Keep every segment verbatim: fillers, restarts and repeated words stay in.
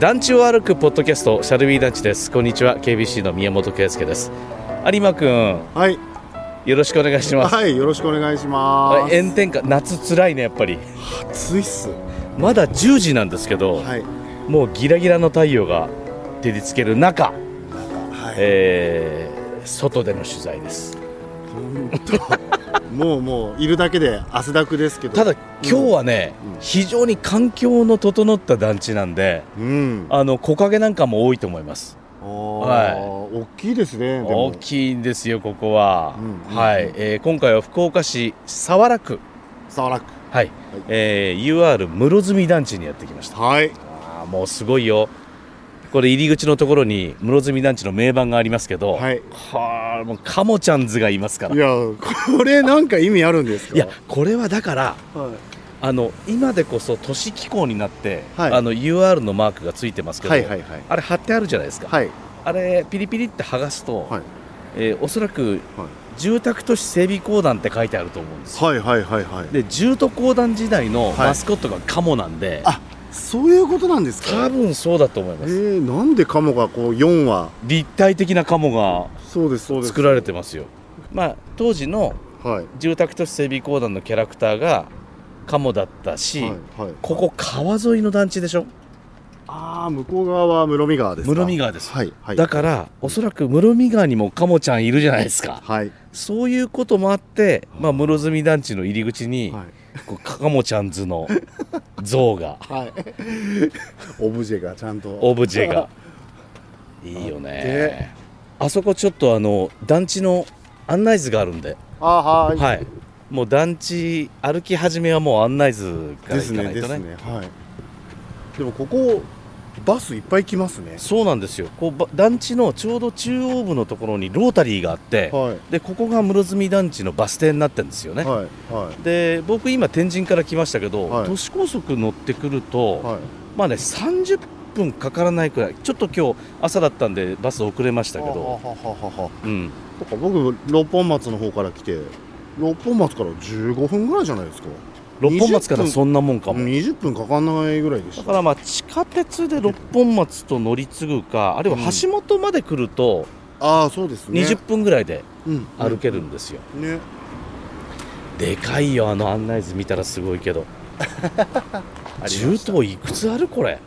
団地を歩くポッドキャストシャルビー団地です。こんにちは。 ケービーシー の宮本圭介です。有馬くん、 はい、 よろしくお願いします。 はい、よろしくお願いします。 炎天下、夏つらいね。やっぱり暑いっす。 まだじゅうじなんですけど、はい、もうギラギラの太陽が照りつける中、中、はい、えー、外での取材です。 もうもういるだけで汗だくですけど、 ただ今日はね、うん、非常に環境の整った団地なんで、うん、あの木陰なんかも多いと思います。 はい、大きいですね。でも大きいんですよ、ここは。うんうん、はい、えー、今回は福岡市早良区、 早良区、 はい、はい、えー、ユーアール 室積団地にやってきました。 はい、 あ、もうすごいよ。これ入り口のところに室積団地の名板がありますけど、はい、はあ、もうカモちゃんズがいますから。 いや、これなんか意味あるんですか？ いや、これはだから、はい、あの今でこそ都市機構になって、はい、あの ユーアール のマークがついてますけど、はいはいはい、あれ貼ってあるじゃないですか。はい、あれピリピリって剥がすと、はい、えー、おそらく、はい、住宅都市整備公団って書いてあると思うんですよ。はいはいはいはい。で、住都公団時代のマスコットがカモなんで、 はい、あ、そういうことなんですか？ 多分そうだと思います。 えー、なんでカモがこうよんわ立体的なカモが作られてますよ。まあ、当時の住宅都市整備公団のキャラクターがカモだったし、はいはい、ここ川沿いの団地でしょ。 ああ、向こう側は室見川ですか？ 室見川です、はいはい、だからおそらく室見川にもカモちゃんいるじゃないですか、はい、そういうこともあって、まあ、室積団地の入り口に、はい、こうカモちゃんズの像が、はい、 オブジェがちゃんとオブジェがいいよね。あそこちょっとあの団地の案内図があるんで、あ、はい、はい、もう団地歩き始めはもう案内図から行かないとね。ですね、ですね、はい。 でもここバスいっぱい来ますね。 そうなんですよ。こう団地のちょうど中央部のところにロータリーがあって、はい、でここが室積団地のバス停になってるんですよね。はいはい、で僕今天神から来ましたけど、はい、都市高速乗ってくると、はい、まあねさんじゅっぷんかからないくらい。ちょっと今日朝だったんでバス遅れましたけど、 うん、とか僕六本松の方から来て、六本松からじゅうごふんぐらいじゃないですか。 六本松からそんなもんかも。 にじゅっぷんかかんないぐらいでした。 だからまあ地下鉄で六本松と乗り継ぐか、あるいは橋本まで来ると、 うん、ああそうですね、 にじゅっぷんぐらいで歩けるんですよ、うんうんね、でかいよ。あの案内図見たらすごいけど銃刀いくつあるこれ？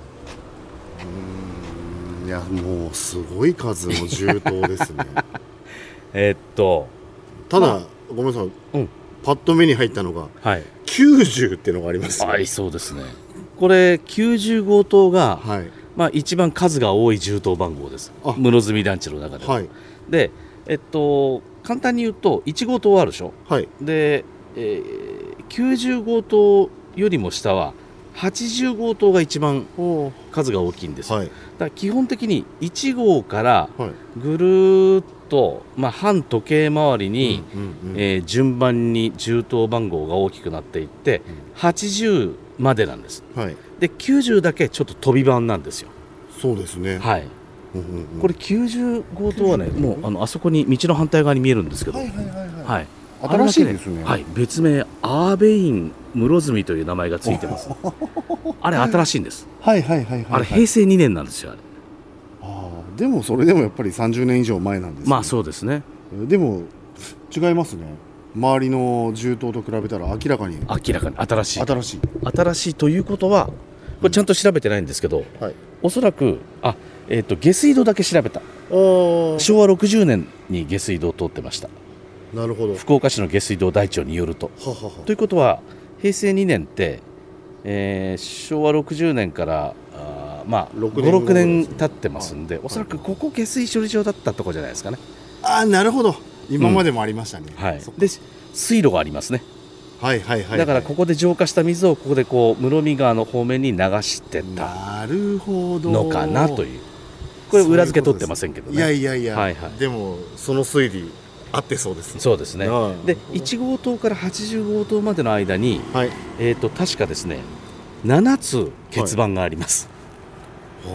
うーん、いやもうすごい数の銃刀ですねえっとただ、まあ、ごめんなさい、うん、パッと目に入ったのが、はい、きゅうじゅうっていうのがあります、ね、 ありそうですね。これきゅうじゅう号棟が、はい、まあ、一番数が多い銃刀番号です。室積団地の中では、はい、で、えっと、簡単に言うといち号棟あるでしょ、はい、で、えー、きゅうじゅう号棟よりも下ははちじゅう号棟が一番数が大きいんですよ、はい、だから基本的にいち号からぐるーっと、まあ、半時計回りに、うんうんうん、えー、順番に銃刀番号が大きくなっていって、うん、はちじゅうまでなんです、はい、できゅうじゅうだけちょっと飛び番なんですよ。 そうですね、 はい、うんうんうん、これきゅうじゅう号棟はね、もう あのあそこに道の反対側に見えるんですけど、はいはいはいはい、はい、 新しいですね、 はい、別名アーベイン室積という名前がついてますあれ新しいんです。はいはいはいはい、はい、あれ平成にねんなんですよ。あれ、 あ、でもそれでもやっぱりさんじゅうねん以上前なんですね。 まあそうですね。 でも違いますね。周りの銃刀と比べたら明らかに明らかに新しい新しい新しいということは、これちゃんと調べてないんですけど、うん、はい、おそらくあ、えー、と下水道だけ調べた。しょうわろくじゅうねんに下水道を通ってました。 なるほど。 福岡市の下水道台帳によると。ははは。ということは平成にねんって、えー、しょうわろくじゅうねんからあ、まあ、ご、ろくねん経ってますんで、はい、おそらくここ下水処理場だったところじゃないですかね。 ああ、なるほど。今までもありましたね、 うん、はい、で水路がありますね。 はいはいはい、はい、 だからここで浄化した水をここでこう室見川の方面に流してたのかなという。これ裏付け取ってませんけどね。 いやいやいや、はいはい、でもその推理あってそうですね。 そうですね。でいち号棟からはちじゅう号棟までの間に、はい、えー、と確かですねななつ欠番があります、はい、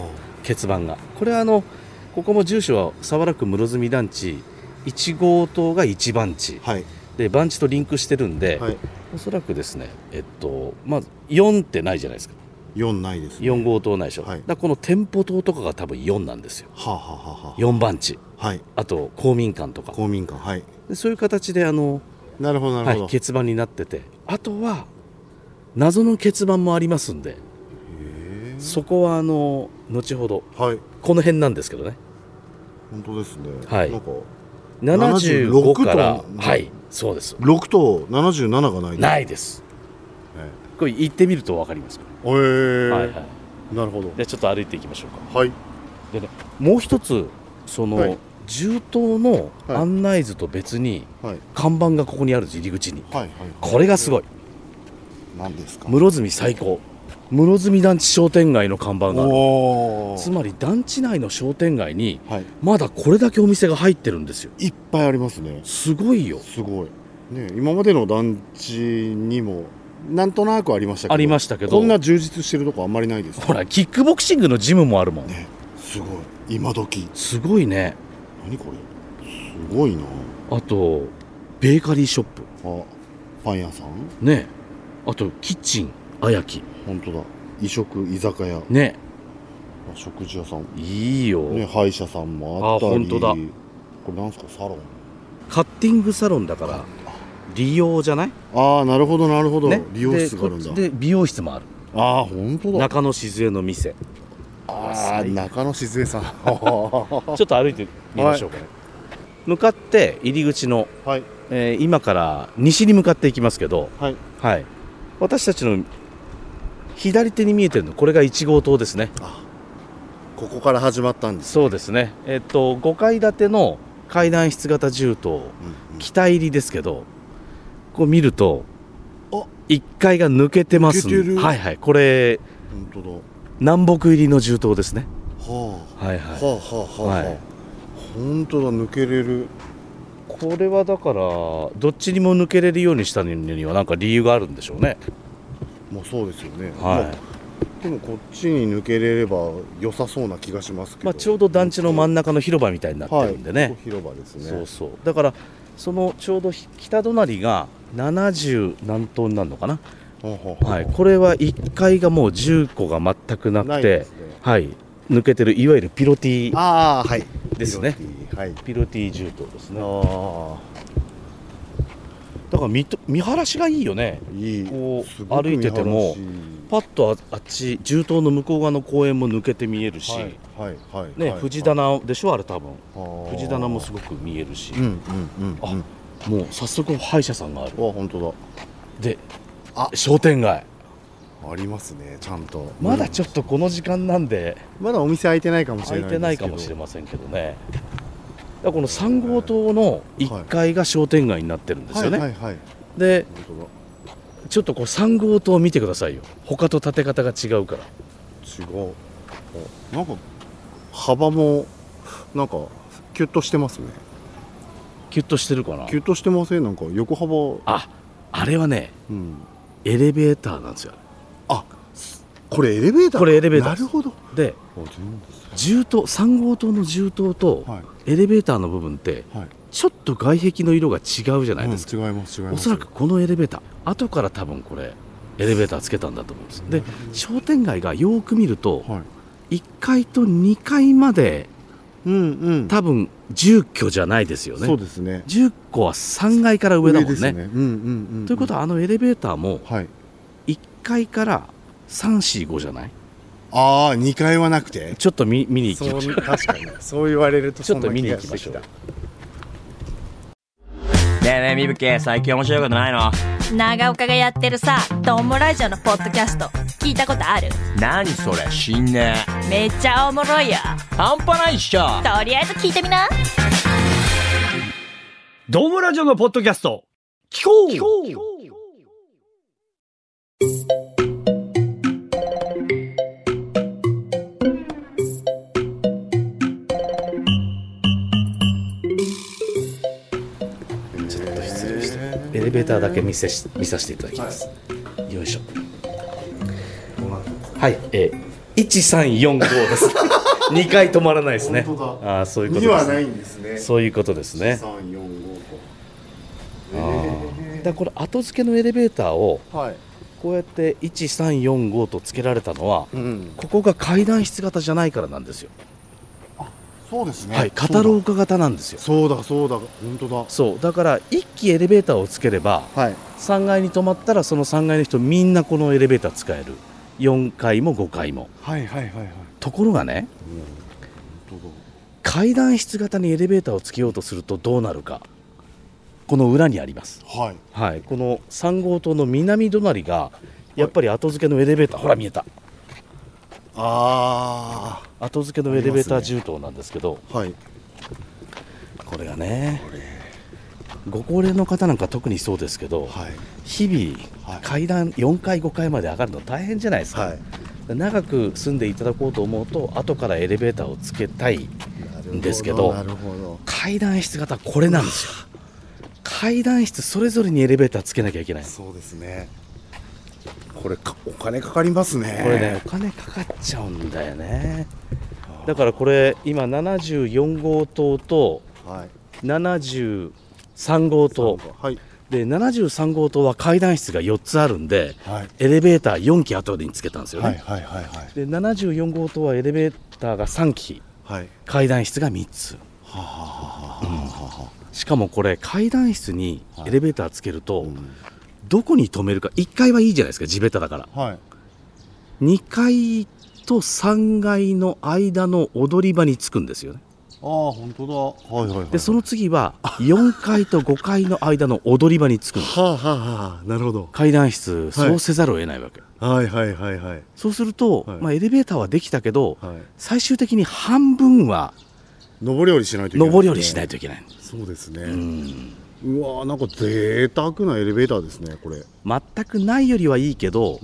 欠番が。これはあのここも住所は早良区室積団地いち号棟がいち番地、はい、で番地とリンクしてるんで、はい、おそらくですね、えっとまあ、よんってないじゃないですか。 よんないですね。 よん号棟ないでしょ、 はい、 だこの店舗棟とかが多分よんなんですよ。 はあ、はあはあ、 よんばん地、 はい、 あと公民館とか公民館、はい、 でそういう形であのなるほどなるほど、 はい、欠番になってて、あとは謎の欠番もありますんで、そこはあの後ほど、はい、この辺なんですけどね。 本当ですね。 はい、 なんかななじゅうごからはいそうです。 ろくとななじゅうなながないです。 ないです。これ行ってみると分かりますか。 へえー、はいはい、なるほど。 じゃあちょっと歩いていきましょうか。 はい。 でね、もう一つその、はい、銃刀の案内図と別に、はい、看板がここにあるんです、入り口に、はいはいはい、これがすごい。 何ですか。 室積最高室積団地商店街の看板がある。つまり団地内の商店街に、はい、まだこれだけお店が入ってるんですよ。 いっぱいありますね。 すごいよ。 すごい、ね、今までの団地にもなんとなくありましたけど、 ありましたけどこんな充実してるとこあんまりないです、ね、 ほらキックボクシングのジムもあるもんね。すごい今時。 すごいね。 何これすごいな。 あとベーカリーショップ、 あパン屋さんね。あとキッチンあやき。 本当だ。異食居酒屋ね。 食事屋さんいいよ、 ね、歯医者さんもあったり。 あ本当だ。 これなんですか。サロンカッティングサロンだから利用じゃない。 ああなるほどなるほど、ね、美容室があるんだ。 で美容室もある。 ああ本当だ。 中野静江の店。 ああ中野静江さんちょっと歩いてみましょうかね、はい、向かって入り口の、はいえー、今から西に向かっていきますけど、はいはい、私たちの左手に見えてるのこれがいち号棟ですね。 あここから始まったんです、ね、 そうですね、えー、とごかい建ての階段室型銃刀、うんうん、北入りですけど、こう見るといっかいが抜けてますね。はいはい、これ本当だ南北入りの銃刀ですね。 はあ、 はいはいはあはあはあ、はい、本当だ抜けれる。 これはだからどっちにも抜けれるようにしたのには何か理由があるんでしょうね。 もうそうですよね、 はい、 まあ、でもこっちに抜けれれば良さそうな気がしますけど、 まあ、ちょうど団地の真ん中の広場みたいになってるんでね、 はい、広場ですね。 そうそうだからそのちょうど北隣がななじゅう何棟になるのかな。はい、これはいっかいがもうじゅっこが全くなくて、ね、はい、抜けてるいわゆるピロティあ、はい、 ですね。ピロティ、はい、ピロティ銃刀ですね。あだから 見, 見晴らしがいいよね。いいこう歩いててもパッと あ, あっち銃刀の向こう側の公園も抜けて見えるし、はいはいはいね、はい、藤棚でしょあれ多分藤棚もすごく見えるし、うんうんうん、あもう早速歯医者さんがある。 あ本当だ。 であ商店街ありますねちゃんと。 まだちょっとこの時間なんでまだお店開いてないかもしれないですけど。 開いてないかもしれませんけどね。このさん号棟のいっかいが商店街になってるんですよね。はいはいはい、でちょっとこうさん号棟を見てくださいよ。他と建て方が違うから。 違う。なんか幅もなんかキュッとしてますね。 キュッとしてるかな。 キュッとしてません。なんか横幅。 ああれはね、うん、エレベーターなんですよ。 あこれエレベーター。 これエレベーター。 なるほど。 で銃刀さん号棟の銃刀とエレベーターの部分って、はい、ちょっと外壁の色が違うじゃないですか、 うん、違います違います。 おそらくこのエレベーター後から多分これエレベーターつけたんだと思うんです。で商店街がよく見ると、はい、いっかいとにかいまで、うんうん、多分住居じゃないですよね。 そうですね。 住居はさんがいから上だもんね。 上ですね。うんうんうんうん、 ということはあのエレベーターもいっかいからさん、よん、ごじゃない。 ああにかいはなくてちょっと 見, 見に行きましょう。 確かにそう言われるとちょっと見に行きましょう。ねえねえみぶけ最近面白いことないの。 長岡がやってるさトンボラジオのポッドキャスト聞いたことある？ 何それ知んねえ。めっちゃおもろいよ。 半端ないっしょ。 とりあえず聞いてみな。 ドームラジオのポッドキャスト聞こう聞こう。 エレベーターだけ見せし見させていただきます、はい、よいしょ。はい、えー、いちさんよんごですにかい止まらないですね。あそういうことです。にはないんですね。 そういうことですね。いちさんよんごと、えー、だこれ後付けのエレベーターを、はい、 こうやっていちさんよんごとつけられたのは、 うん、 ここが階段室型じゃないからなんですよ。 あ、そうですね。 はい、片廊下型なんですよ。 そうだそうだ、本当だ。 そうだからいっきエレベーターをつければ、はい、さんがいに止まったらそのさんがいの人みんなこのエレベーター使える。よんかいもごかいも。 はいはいはいはい。 ところがね、うん、階段室型にエレベーターをつけようとするとどうなるか。この裏にあります、 はいはい、このさん号棟の南隣がやっぱり後付けのエレベーター、はい、ほら見えた、 あー後付けのエレベーター銃棟なんですけど、 はい、 これがねご高齢の方なんか特にそうですけど、はい、日々階段よんかいごかいまで上がるの大変じゃないですか、はい、長く住んでいただこうと思うと後からエレベーターをつけたいんですけど、 なるほど、 階段室型これなんですよ。階段室それぞれにエレベーターつけなきゃいけない。 そうですね。これかお金かかりますね。 これねお金かかっちゃうんだよね。だからこれ今ななじゅうよん号棟とななじゅうさん号棟、はい、でななじゅうさん号棟は階段室がよっつあるんで、はい、エレベーターよんき後につけたんですよね。はいはいはいはい、でななじゅうよん号棟はエレベーターがさんき、はい、階段室がみっつ。ははははは、うんしかもこれ階段室にエレベーターつけると、はい、うん、どこに止めるか。いっかいはいいじゃないですか、地べただから、はい、にかいとさんがいの間の踊り場につくんですよね。 ああ本当だ、はいはいはい、 でその次はよんかいとごかいの間の踊り場につくんです。 はあはあはあ、なるほど。 階段室そうせざるを得ないわけ、 はい、はいはいはいはい。 そうすると、はい、まあ、エレベーターはできたけど、はい、最終的に半分は上り下りしないといけない、ね、 上り下りしないといけない。 そうですね、うん、うわなんか贅沢なエレベーターですねこれ。 全くないよりはいいけど、うん、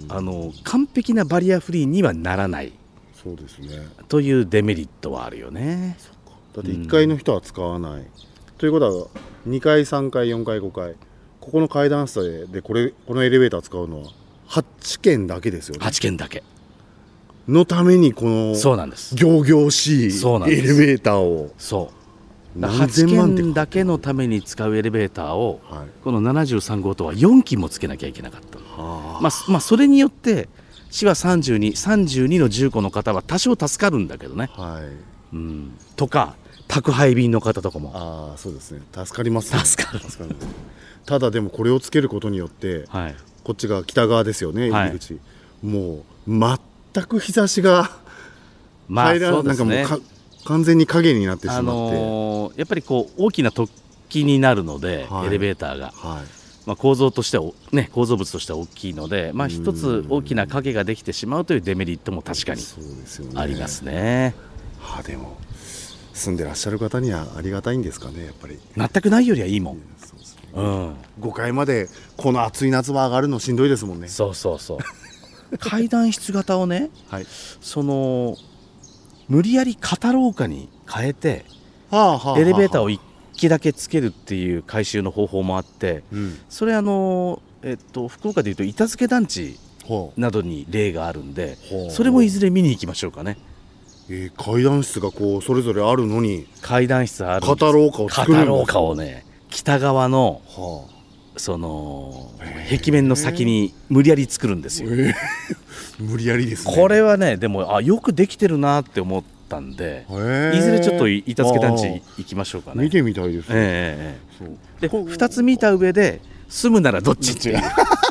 あの完璧なバリアフリーにはならない。 そうですね、 というデメリットはあるよね。 そっか、だっていっかいの人は使わない、うん、ということはにかいさんかいよんかいごかいここの階段室 で, でこれこのエレベーター使うのははちけんだけですよね。 はちけんだけのためにこのそうなんです仰々しいエレベーターを。 そうはちけんだけのために使うエレベーターを、はい、このななじゅうさん号棟はよんきもつけなきゃいけなかった。はあ、まあまあ、それによって市はさんじゅうに、さんじゅうにの住戸の方は多少助かるんだけどね、はい、うん、とか宅配便の方とかも。 ああそうですね、助かりますね。 助かる助かるただでもこれをつけることによって、はい、こっちが北側ですよね、入り口、はい、もう全く日差しが入らない、なんかもうか完全に影になってしまって、あのー、やっぱりこう大きな突起になるので、はい、エレベーターが、はい、まあ、構造としては、ね、構造物としては大きいので、まあ、一つ大きな影ができてしまうというデメリットも確かにありますね。 はあ、でも住んでらっしゃる方にはありがたいんですかね、やっぱり。 全くないよりはいいもん。 そうですね、うん、ごかいまでこの暑い夏は上がるのしんどいですもんね。 そうそうそう階段室型をね、はい、その無理やり片廊下に変えて、はあはあはあ、エレベーターをいっきだけつけるっていう改修の方法もあって、うん、それあの、えっと、福岡でいうと板付け団地などに例があるんで、はあ、それもいずれ見に行きましょうかね。 えー、階段室がこうそれぞれあるのに階段室ある片廊下を作るんですか。 片廊下をね、北側の、はあ、その壁面の先に無理やり作るんですよ。えー、 無理やりですね。 これはね、でもあよくできてるなって思ったんで、いずれちょっと板付け団地行きましょうかね。 見てみたいですね。 えー、そうでふたつ見た上で住むならどっちっていう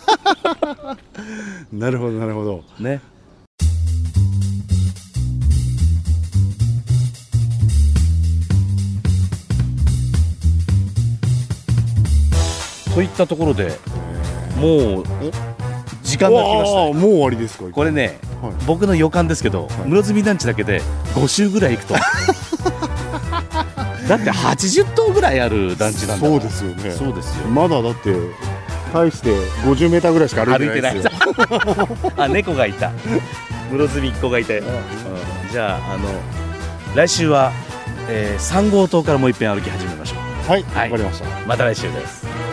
なるほどなるほどね。といったところでもう時間が来ました、ね、 もう終わりですか。 これね、はい、僕の予感ですけど、はい、室積団地だけでご周ぐらい行くとだってはちじゅっ棟ぐらいある団地なんだから。 そうですよね。 そうですよ。 まだだって大してごじゅうメーターぐらいしか歩いてないですよ。 あ、猫がいた。室積っ子がいて、うん、じゃあ、あの来週は、えー、さん号棟からもう一遍歩き始めましょう。 はい、わかりました。 また来週です。